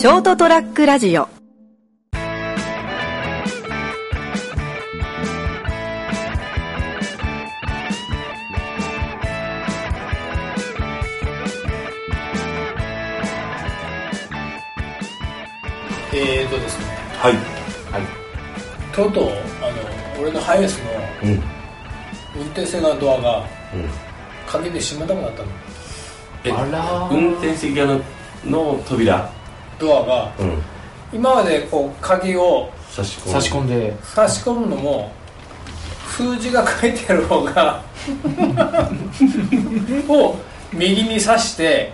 ショートトラックラジオ。 ですね。 はい。 とうとう俺のハイエースの運転席側のドアが鍵で閉まらなくなったの。 あら。運転席側の扉。 ドアが、今までこう鍵を差し込むのも数字が書いてある方がを右に刺して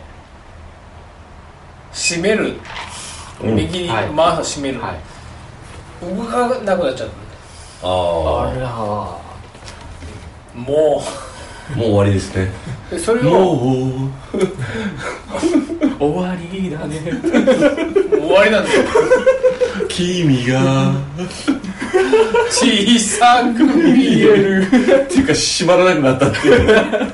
閉める。右に回す閉める、動かなくなっちゃった。 あらもう終わりですね。 それをもう終わりだね終わりなんだよ。 君が小さく見えるっていうか閉まらなくなったっていう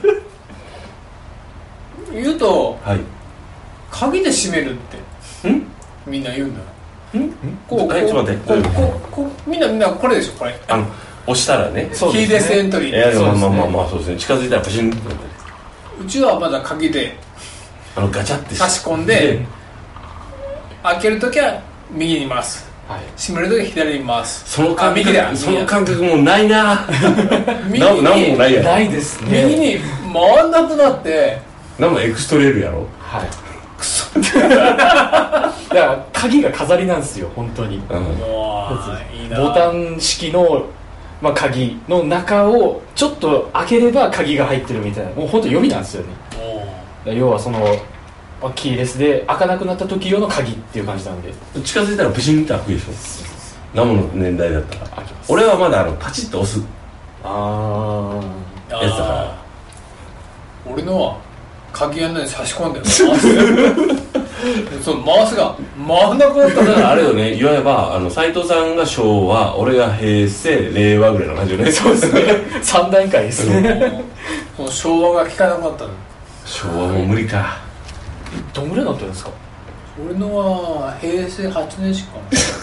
言うと、鍵で閉めるってみんな言うんだよ。 ちょっと待って、 みんなこれでしょ。これ押したらね、 キーレスエントリー。まあそうですね。近づいたらパシンって。 うちはまだ鍵でガチャって差し込んで、開けるときは右に回す、閉めるときは左に回す。 その感覚もうないな。何もないやろ。 ないですね。 右に回んなくなって、 何もエクストレールやろ。 クソいや、鍵が飾りなんですよ本当に。 いいな。 ボタン式の鍵の中をちょっと開ければ鍵が入ってるみたいな、もう本当予備なんですよね。要はそのキーレスで開かなくなった時用の鍵っていう感じなんで、 近づいたらプシンって開くでしょ。ナモの年代だったら。俺はまだパチッと押すやつだから。 俺のは鍵やんないで差し込んでるその回すが回んなくなっただからあれよね、言わば斉藤さんが昭和、俺が平成、令和ぐらいの感じよね。 そうですね3段階ですねその昭和が効かなくなったの。 昭和も無理か。 どんぐらいになってるんですか。 俺のは平成8年しか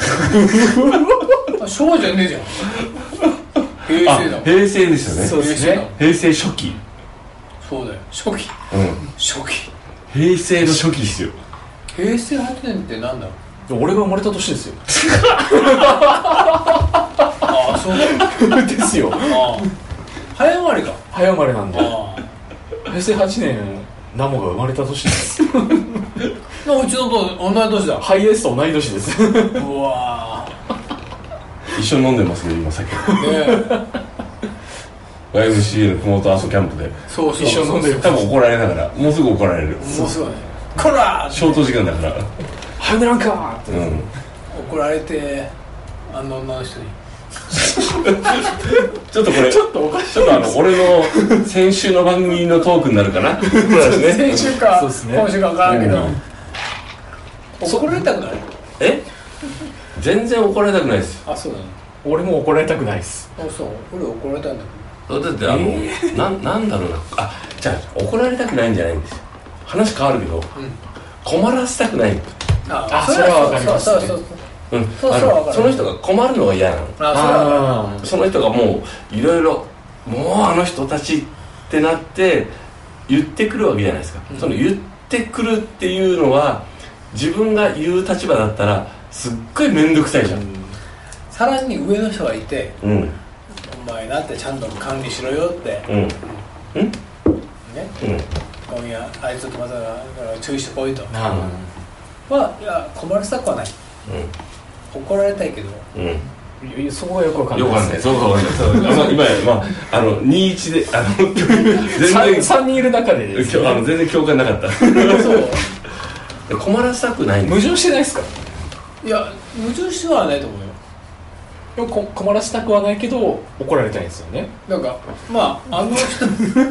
昭和じゃねえじゃん。平成だもん。 平成ですよね。 そうですね。 平成初期。 そうだよ、初期。初期。 平成の初期ですよ。 平成8年ってなんだろう。 俺が生まれた年ですよああ、そうだですよ。 早生まれか。 早生まれなんで。平成8年ナモが生まれた年ですうちのと同い年だ。 ハイエースと同い年ですうわ一緒に飲んでますね今酒。YMCA のふもと阿蘇キャンプでそう一緒に飲んでる。 多分怒られながら、もうすぐ怒られる。 もうすごいこらーショート時間だから早寝らんかーって、 怒られて、あの女の人にちょっとこれちょっとおかしい。ちょっと俺の先週の番組のトークになるかな先週か今週か分からんけど、怒られたくない。 全然怒られたくないですよ。 あ、そうだね。 俺も怒られたくないです。 あ、そう。俺怒られたんだだってなんだろうな。じゃあ怒られたくないんじゃないんですよ。話変わるけど、困らせたくない。 それは分かりますね。 その人が困るのが嫌なの。その人がもういろいろもうあの人たちってなって言ってくるわけじゃないですか。その言ってくるっていうのは自分が言う立場だったらすっごい面倒くさいじゃん。 さらに上の人がいて、お前だってちゃんと管理しろよって、ね、今夜あいつとまた注意してこいと、いや困らせたくはない、怒られたいけど、 そこがよくわかんないですね。 今21で全然 3人いる中でですね、 全然共感なかった。そう困らせたくないんです。 矛盾してないですか。 いや矛盾してはないと思うよ。 でも困らせたくはないけど怒られたいんですよね。 なんかまあ人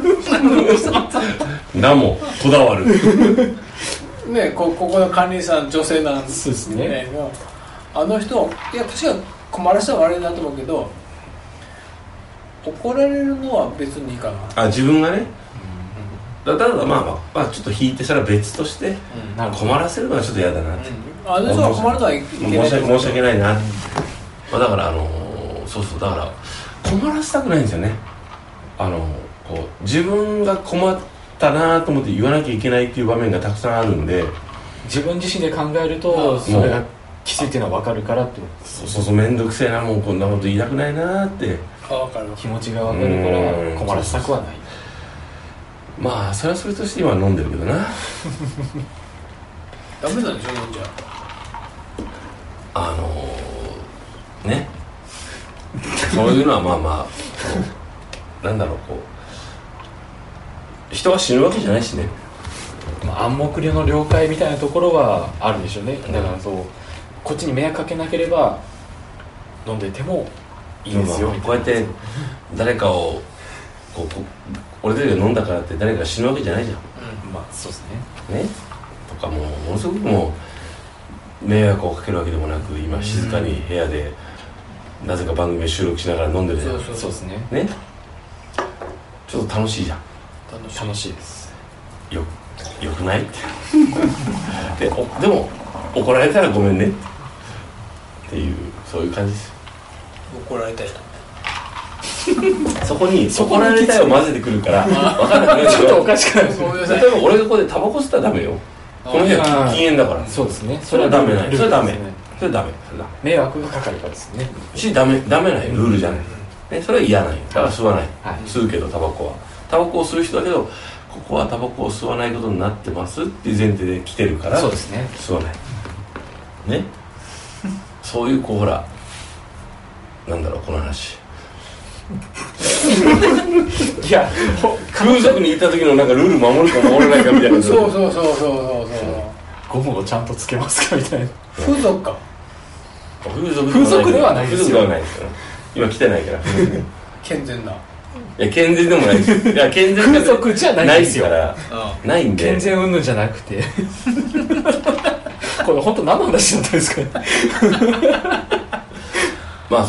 何もこだわるね、ここの管理さん女性なんですですね。 あの人いや確かに困らせたら悪いなと思うけど、怒られるのは別にいいかな。 自分がね、 だからまあちょっと引いてそれは別として、困らせるのはちょっと嫌だなって、 あの人は困るのはいけない、 申し訳ないな、だからそうだから困らせたくないんですよね。こう自分が困ったなと思って言わなきゃいけないっていう場面がたくさんあるんで、 自分自身で考えるとそれがきついっていうのは分かるからって。 そう面倒くせえな、もうこんなこと言いたくないなって気持ちが分かるから困らせたくはない。 まあそれはそれとして今飲んでるけどなダメなんでしょ、飲んじゃねそういうのはまあなんだろう、こう人は死ぬわけじゃないしね、 暗黙の了解みたいなところはあるでしょうね。だからこっちに迷惑かけなければ飲んでてもいいですよ、 こうやって誰かを俺たちが飲んだからって誰かが死ぬわけじゃないじゃん、 まあそうですねとか、ものすごくもう迷惑をかけるわけでもなく、今静かに部屋でなぜか番組を収録しながら飲んでるじゃん。 そうですね。 ちょっと楽しいじゃん。 楽しいです。 よくないってでも怒られたらごめんねっていう、そういう感じです。 怒られたいそこに怒られたいを混ぜてくるから分かんなくなる。 ちょっとおかしくなる。 例えば俺がここでタバコ吸ったらダメよ。この部屋禁煙だから。 そうですね。 それはダメない。それはダメ。 迷惑がかかるからですね。 ダメないルールじゃない。それは嫌ない。だから吸わない。吸うけどタバコを吸う人だけど、ここはタバコを吸わないことになってますっていう前提で来てるから、 そうですね。 吸わない。ね。そういうほら、なんだろうこの話。 いや、 風俗に行った時のなんかルール守るか守らないかみたいな。 そうゴムをちゃんとつけますかみたいな。 風俗か。 風俗ではないですよ。 風俗ではないですよ。今来てないから。 健全な。 いや健全でもないです。いや健全風俗じゃないですよ。 ないんで。 健全云々じゃなくて。これ本当何の話だったんですか。 まあ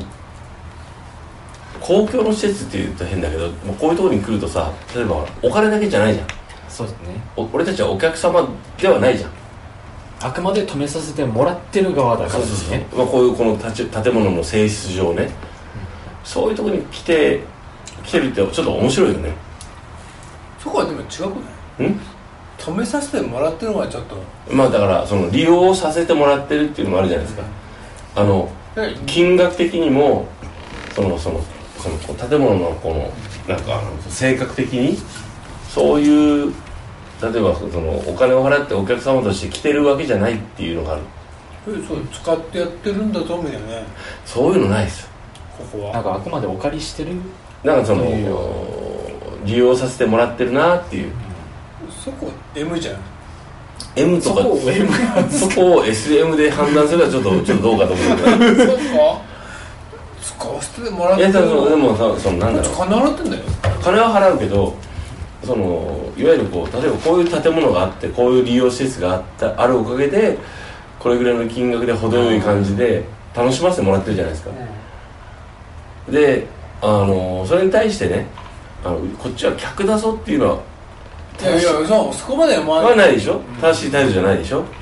公共の施設って言うと変だけど、こういうところに来るとさ、例えばお金だけじゃないじゃん。 そうですね。 俺たちはお客様ではないじゃん。 あくまで止めさせてもらってる側だからですね。 こういうこの建物の性質上ね、そういうところに来てるってちょっと面白いよね。 そこはでも違くない？止めさせてもらってるのはちょっと、 まあだから利用させてもらってるっていうのもあるじゃないですか。金額的にもその建物のなんか性格的にそういう、例えばお金を払ってお客様として来てるわけじゃないっていうのがある。 そう使ってやってるんだと思うよね。 そういうのないですよ。 ここはなんかあくまでお借りしてる、 なんか利用させてもらってるなっていう。 そこ M じゃん。 M とかそこを SM で判断するのはちょっとどうかと思うけど。 そうか。使わせてもらってる。いやでもなんだろう。 金払ってんだよ。 金は払うけど、いわゆる例えばこういう建物があってこういう利用施設があるおかげでこれぐらいの金額で程よい感じで楽しませてもらってるじゃないですか。でそれに対してね、こっちは客だぞっていうのは、 いやそこまではないでしょ。正しい態度じゃないでしょ。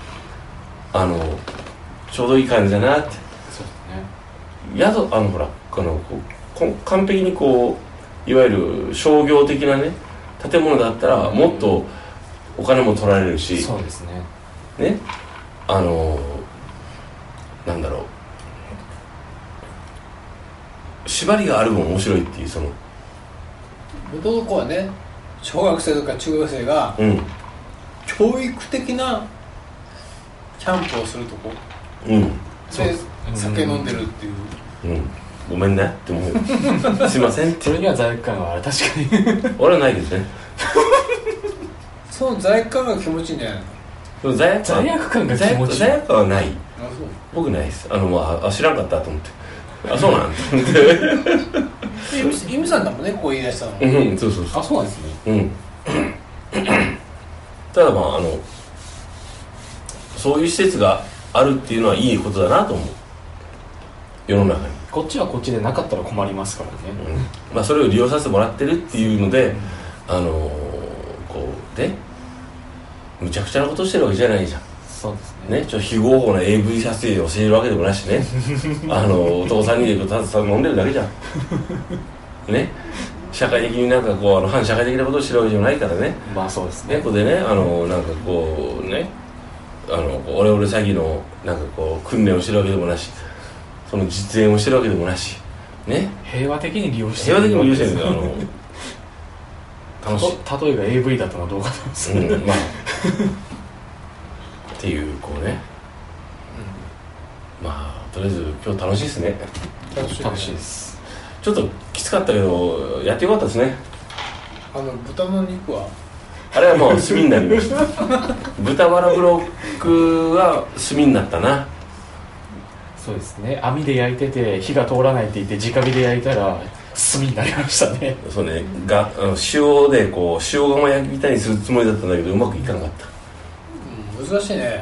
ちょうどいい感じだなって。そうですね。ほら完璧にいわゆる商業的なね建物だったらもっとお金も取られるし、 そうですね。 なんだろう、縛りがある分面白いっていう、 男はね、小学生とか中学生が、教育的なキャンプをするとこ、で酒飲んでるっていう、 ごめんねって思う。すいませんって。 それには罪悪感はある。確かに。 俺はないですね。 その罪悪感が気持ちいいんじゃないの？ 罪悪感が気持ちいい。 罪悪感はない。僕ないです。知らんかったと思って。そうなんて思って。 ゆみさんだもんね、こう言い出したの。 そう。 そうなんですね。 ただそういう施設があるっていうのはいいことだなと思う。世の中に。 こっちはこっちでなかったら困りますからね。 それを利用させてもらってるっていうので、 でむちゃくちゃなことしてるわけじゃないじゃん。 そうですね。 非合法な AV 撮影を教えるわけでもなしね男3人でただ飲んでるだけじゃんね。社会的になんかこう反社会的なことをしてるわけじゃないからね。 まあそうですね。 ここでねなんかこうねオレオレ詐欺のなんかこう訓練をしてるわけでもなし、その実演をしてるわけでもなしね。 平和的に利用してる。平和的に利用してるんだよ楽しい。 例えば AV だったのはどうかと思うんですけど、 まあっていうこうね、まあとりあえず今日楽しいですね。 楽しいです。 ちょっときつかったけどやってよかったですね。 豚の肉はあれはもう炭になりました豚バラブロックは炭になったな。 そうですね。網で焼いてて火が通らないって言って直火で焼いたら炭になりましたね。 そうね。塩でこう塩釜焼きみたいにするつもりだったんだけどうまくいかなかった。 難しいね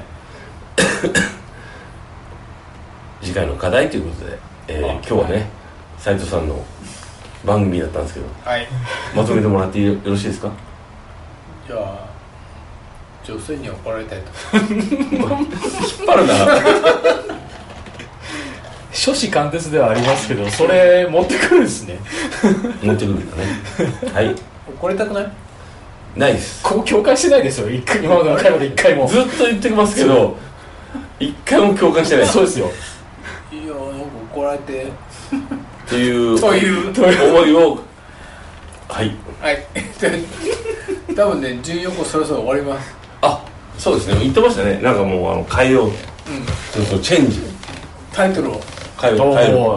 次回の課題ということで、今日はね斉藤さんの番組だったんですけど、 はい、 まとめてもらってよろしいですか。 じゃあ女性に怒られたいと引っ張るな初子貫徹ではありますけど、それ持ってくるんですね持ってくるんだねはい。 怒りたくない？ ないです。 こう共感してないですよ。今までの会話で一回もずっと言ってますけど一回も共感してない。 そうですよ。 いやなんか怒られてという思いをはい多分ね14個そろそろ終わります。 あ、そうですね。言ってましたね。なんかもう変えようと、そうチェンジタイトルを変える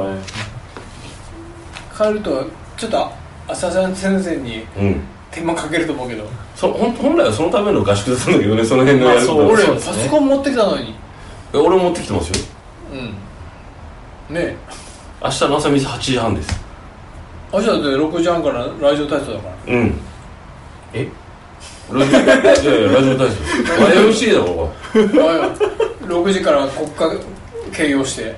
とちょっと浅田先生に手間かけると思うけど、 本来はそのための合宿だったんだけどね、その辺のやること。 俺パソコン持ってきたのに。 俺も持ってきてますよ。 ねえ明日の朝8時半です。 明日だって6時半からラジオ体操だから。 えラジオ体操IOC だろここ 6時から国家経由して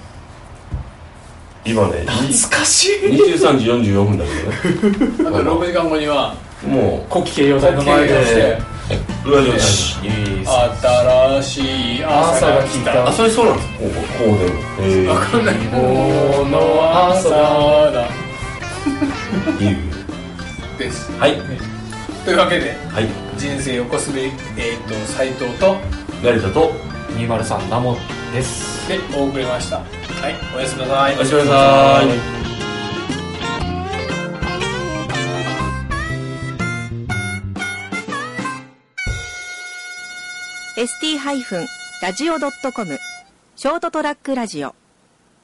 今ね懐かしい 23時44分だけどねあと6時間後にはもう国旗掲揚台の前でラジオ体操新しい朝が来た。 あ、それそうなんですか。こうでも分かんない。 この朝だですはい。 というわけで、 はい、 人生横滑り斉藤と成田と 203ナモですでお送りました。はい、おやすみなさい。 おやすみなさい。 ST-radio.com ショートトラックラジオ